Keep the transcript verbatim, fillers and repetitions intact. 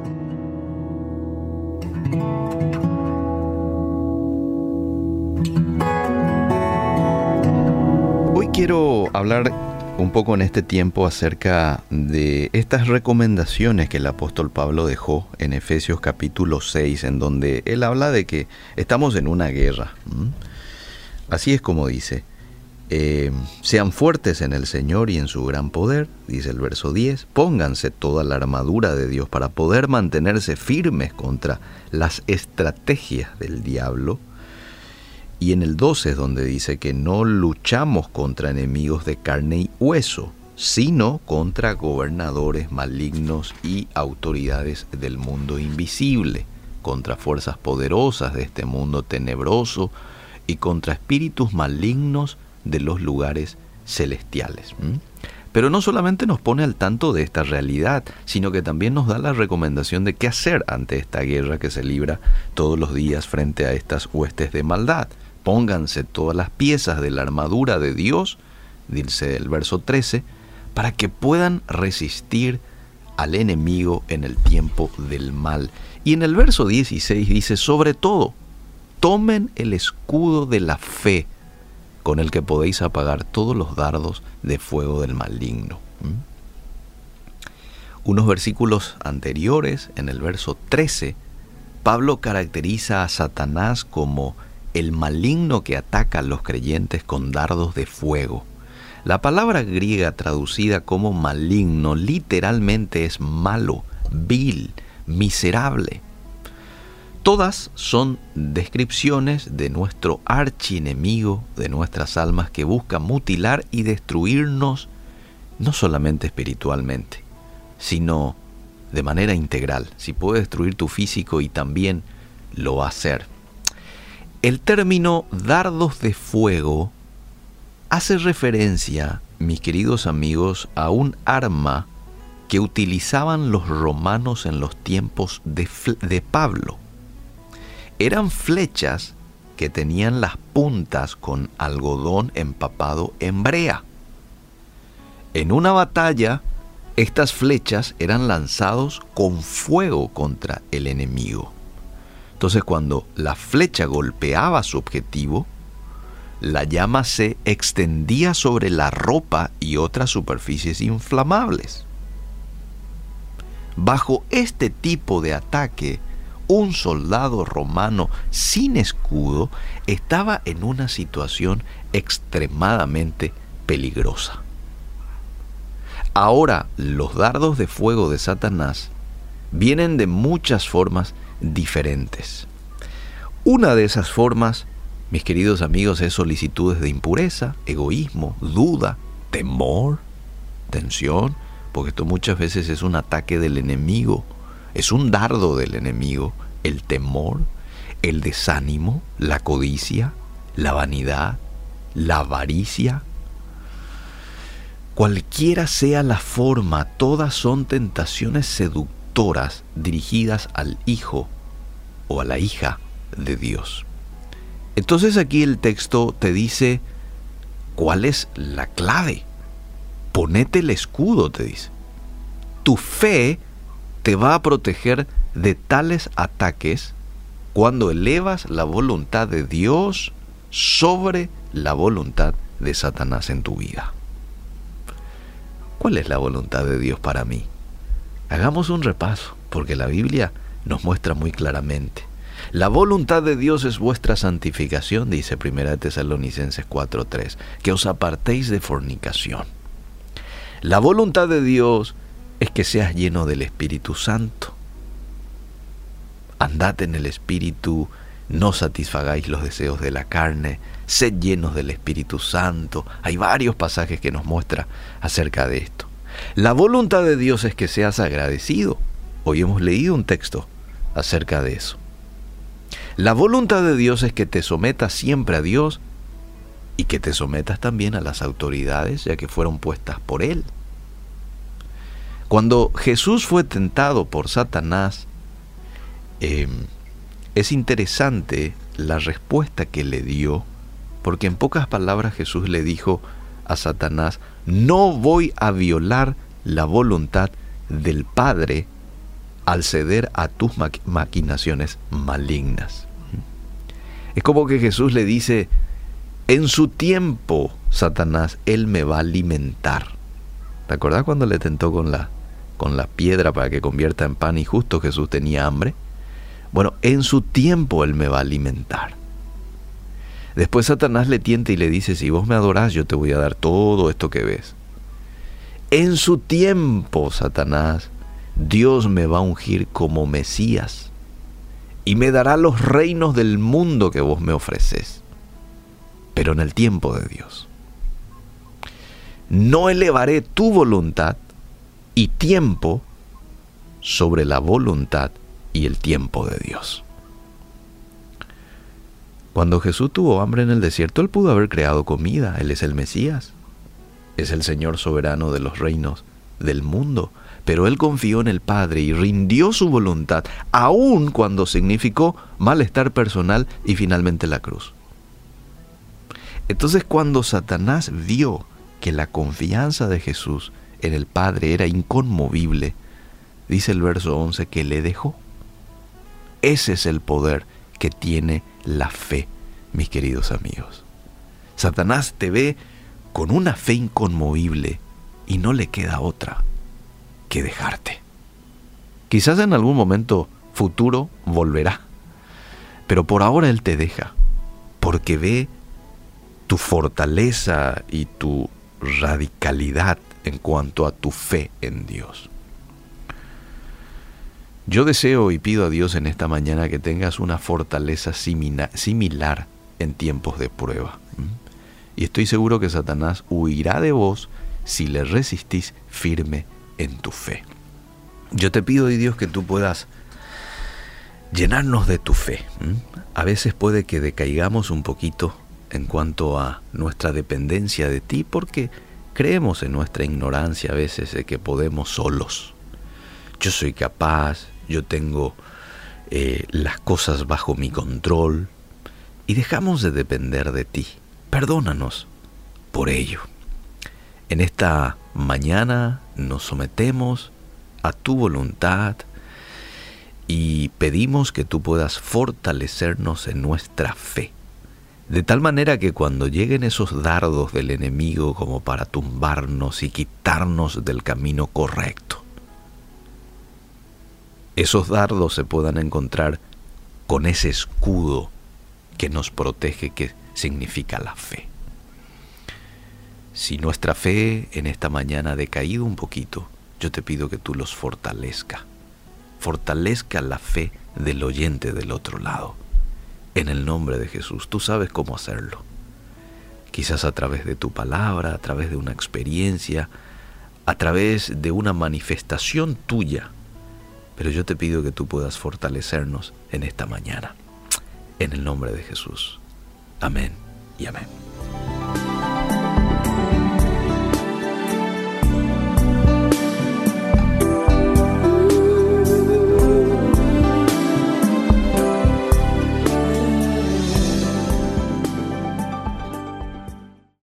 Hoy quiero hablar un poco en este tiempo acerca de estas recomendaciones que el apóstol Pablo dejó en Efesios capítulo seis, en donde él habla de que estamos en una guerra. ¿Mm? Así es como dice, eh, sean fuertes en el Señor y en su gran poder, dice el verso diez, pónganse toda la armadura de Dios para poder mantenerse firmes contra las estrategias del diablo. Y en el doce es donde dice que no luchamos contra enemigos de carne y hueso, sino contra gobernadores malignos y autoridades del mundo invisible, contra fuerzas poderosas de este mundo tenebroso y contra espíritus malignos de los lugares celestiales. ¿Mm? Pero no solamente nos pone al tanto de esta realidad, sino que también nos da la recomendación de qué hacer ante esta guerra que se libra todos los días frente a estas huestes de maldad. Pónganse todas las piezas de la armadura de Dios, dice el verso trece, para que puedan resistir al enemigo en el tiempo del mal. Y en el verso dieciséis dice, sobre todo, tomen el escudo de la fe, con el que podéis apagar todos los dardos de fuego del maligno. ¿Mm? Unos versículos anteriores, en el verso trece, Pablo caracteriza a Satanás como el maligno que ataca a los creyentes con dardos de fuego. La palabra griega traducida como maligno literalmente es malo, vil, miserable. Todas son descripciones de nuestro archienemigo, de nuestras almas, que busca mutilar y destruirnos no solamente espiritualmente, sino de manera integral. Si puede destruir tu físico, y también lo va a hacer. El término dardos de fuego hace referencia, mis queridos amigos, a un arma que utilizaban los romanos en los tiempos de, de Pablo. Eran flechas que tenían las puntas con algodón empapado en brea. En una batalla, estas flechas eran lanzados con fuego contra el enemigo. Entonces, cuando la flecha golpeaba su objetivo, la llama se extendía sobre la ropa y otras superficies inflamables. Bajo este tipo de ataque, un soldado romano sin escudo estaba en una situación extremadamente peligrosa. Ahora, los dardos de fuego de Satanás vienen de muchas formas diferentes. Una de esas formas, mis queridos amigos, es solicitudes de impureza, egoísmo, duda, temor, tensión, porque esto muchas veces es un ataque del enemigo, es un dardo del enemigo, el temor, el desánimo, la codicia, la vanidad, la avaricia. Cualquiera sea la forma, todas son tentaciones seductoras dirigidas al hijo o a la hija de Dios. Entonces aquí el texto te dice cuál es la clave. Ponete el escudo, te dice. Tu fe te va a proteger de tales ataques cuando elevas la voluntad de Dios sobre la voluntad de Satanás en tu vida. ¿Cuál es la voluntad de Dios para mí? Hagamos un repaso, porque la Biblia nos muestra muy claramente. La voluntad de Dios es vuestra santificación, dice Primera de Tesalonicenses cuatro tres, que os apartéis de fornicación. La voluntad de Dios es que seas lleno del Espíritu Santo. Andad en el Espíritu, no satisfagáis los deseos de la carne, sed llenos del Espíritu Santo. Hay varios pasajes que nos muestran acerca de esto. La voluntad de Dios es que seas agradecido. Hoy hemos leído un texto acerca de eso. La voluntad de Dios es que te sometas siempre a Dios y que te sometas también a las autoridades, ya que fueron puestas por Él. Cuando Jesús fue tentado por Satanás, eh, es interesante la respuesta que le dio, porque en pocas palabras Jesús le dijo a Satanás: no voy a violar la voluntad del Padre al ceder a tus maqu- maquinaciones malignas. Es como que Jesús le dice, en su tiempo, Satanás, él me va a alimentar. ¿Te acordás cuando le tentó con la, con la piedra para que convierta en pan y justo Jesús tenía hambre? Bueno, en su tiempo él me va a alimentar. Después Satanás le tienta y le dice, si vos me adorás, yo te voy a dar todo esto que ves. En su tiempo, Satanás, Dios me va a ungir como Mesías y me dará los reinos del mundo que vos me ofreces, pero en el tiempo de Dios. No elevaré tu voluntad y tiempo sobre la voluntad y el tiempo de Dios. Cuando Jesús tuvo hambre en el desierto, Él pudo haber creado comida. Él es el Mesías. Es el Señor soberano de los reinos del mundo. Pero Él confió en el Padre y rindió su voluntad, aun cuando significó malestar personal y finalmente la cruz. Entonces, cuando Satanás vio que la confianza de Jesús en el Padre era inconmovible, dice el verso once que le dejó. Ese es el poder que tiene la fe, mis queridos amigos. Satanás te ve con una fe inconmovible y no le queda otra que dejarte. Quizás en algún momento futuro volverá, pero por ahora él te deja porque ve tu fortaleza y tu radicalidad en cuanto a tu fe en Dios. Yo deseo y pido a Dios en esta mañana que tengas una fortaleza similar en tiempos de prueba. Y estoy seguro que Satanás huirá de vos si le resistís firme en tu fe. Yo te pido, Dios, que tú puedas llenarnos de tu fe. A veces puede que decaigamos un poquito en cuanto a nuestra dependencia de ti, porque creemos en nuestra ignorancia a veces de que podemos solos. Yo soy capaz, yo tengo eh, las cosas bajo mi control, y dejamos de depender de ti. Perdónanos por ello. En esta mañana nos sometemos a tu voluntad y pedimos que tú puedas fortalecernos en nuestra fe, de tal manera que cuando lleguen esos dardos del enemigo como para tumbarnos y quitarnos del camino correcto, esos dardos se puedan encontrar con ese escudo que nos protege, que significa la fe. Si nuestra fe en esta mañana ha decaído un poquito, yo te pido que tú los fortalezca. Fortalezca la fe del oyente del otro lado. En el nombre de Jesús, tú sabes cómo hacerlo. Quizás a través de tu palabra, a través de una experiencia, a través de una manifestación tuya. Pero yo te pido que tú puedas fortalecernos en esta mañana. En el nombre de Jesús. Amén y amén.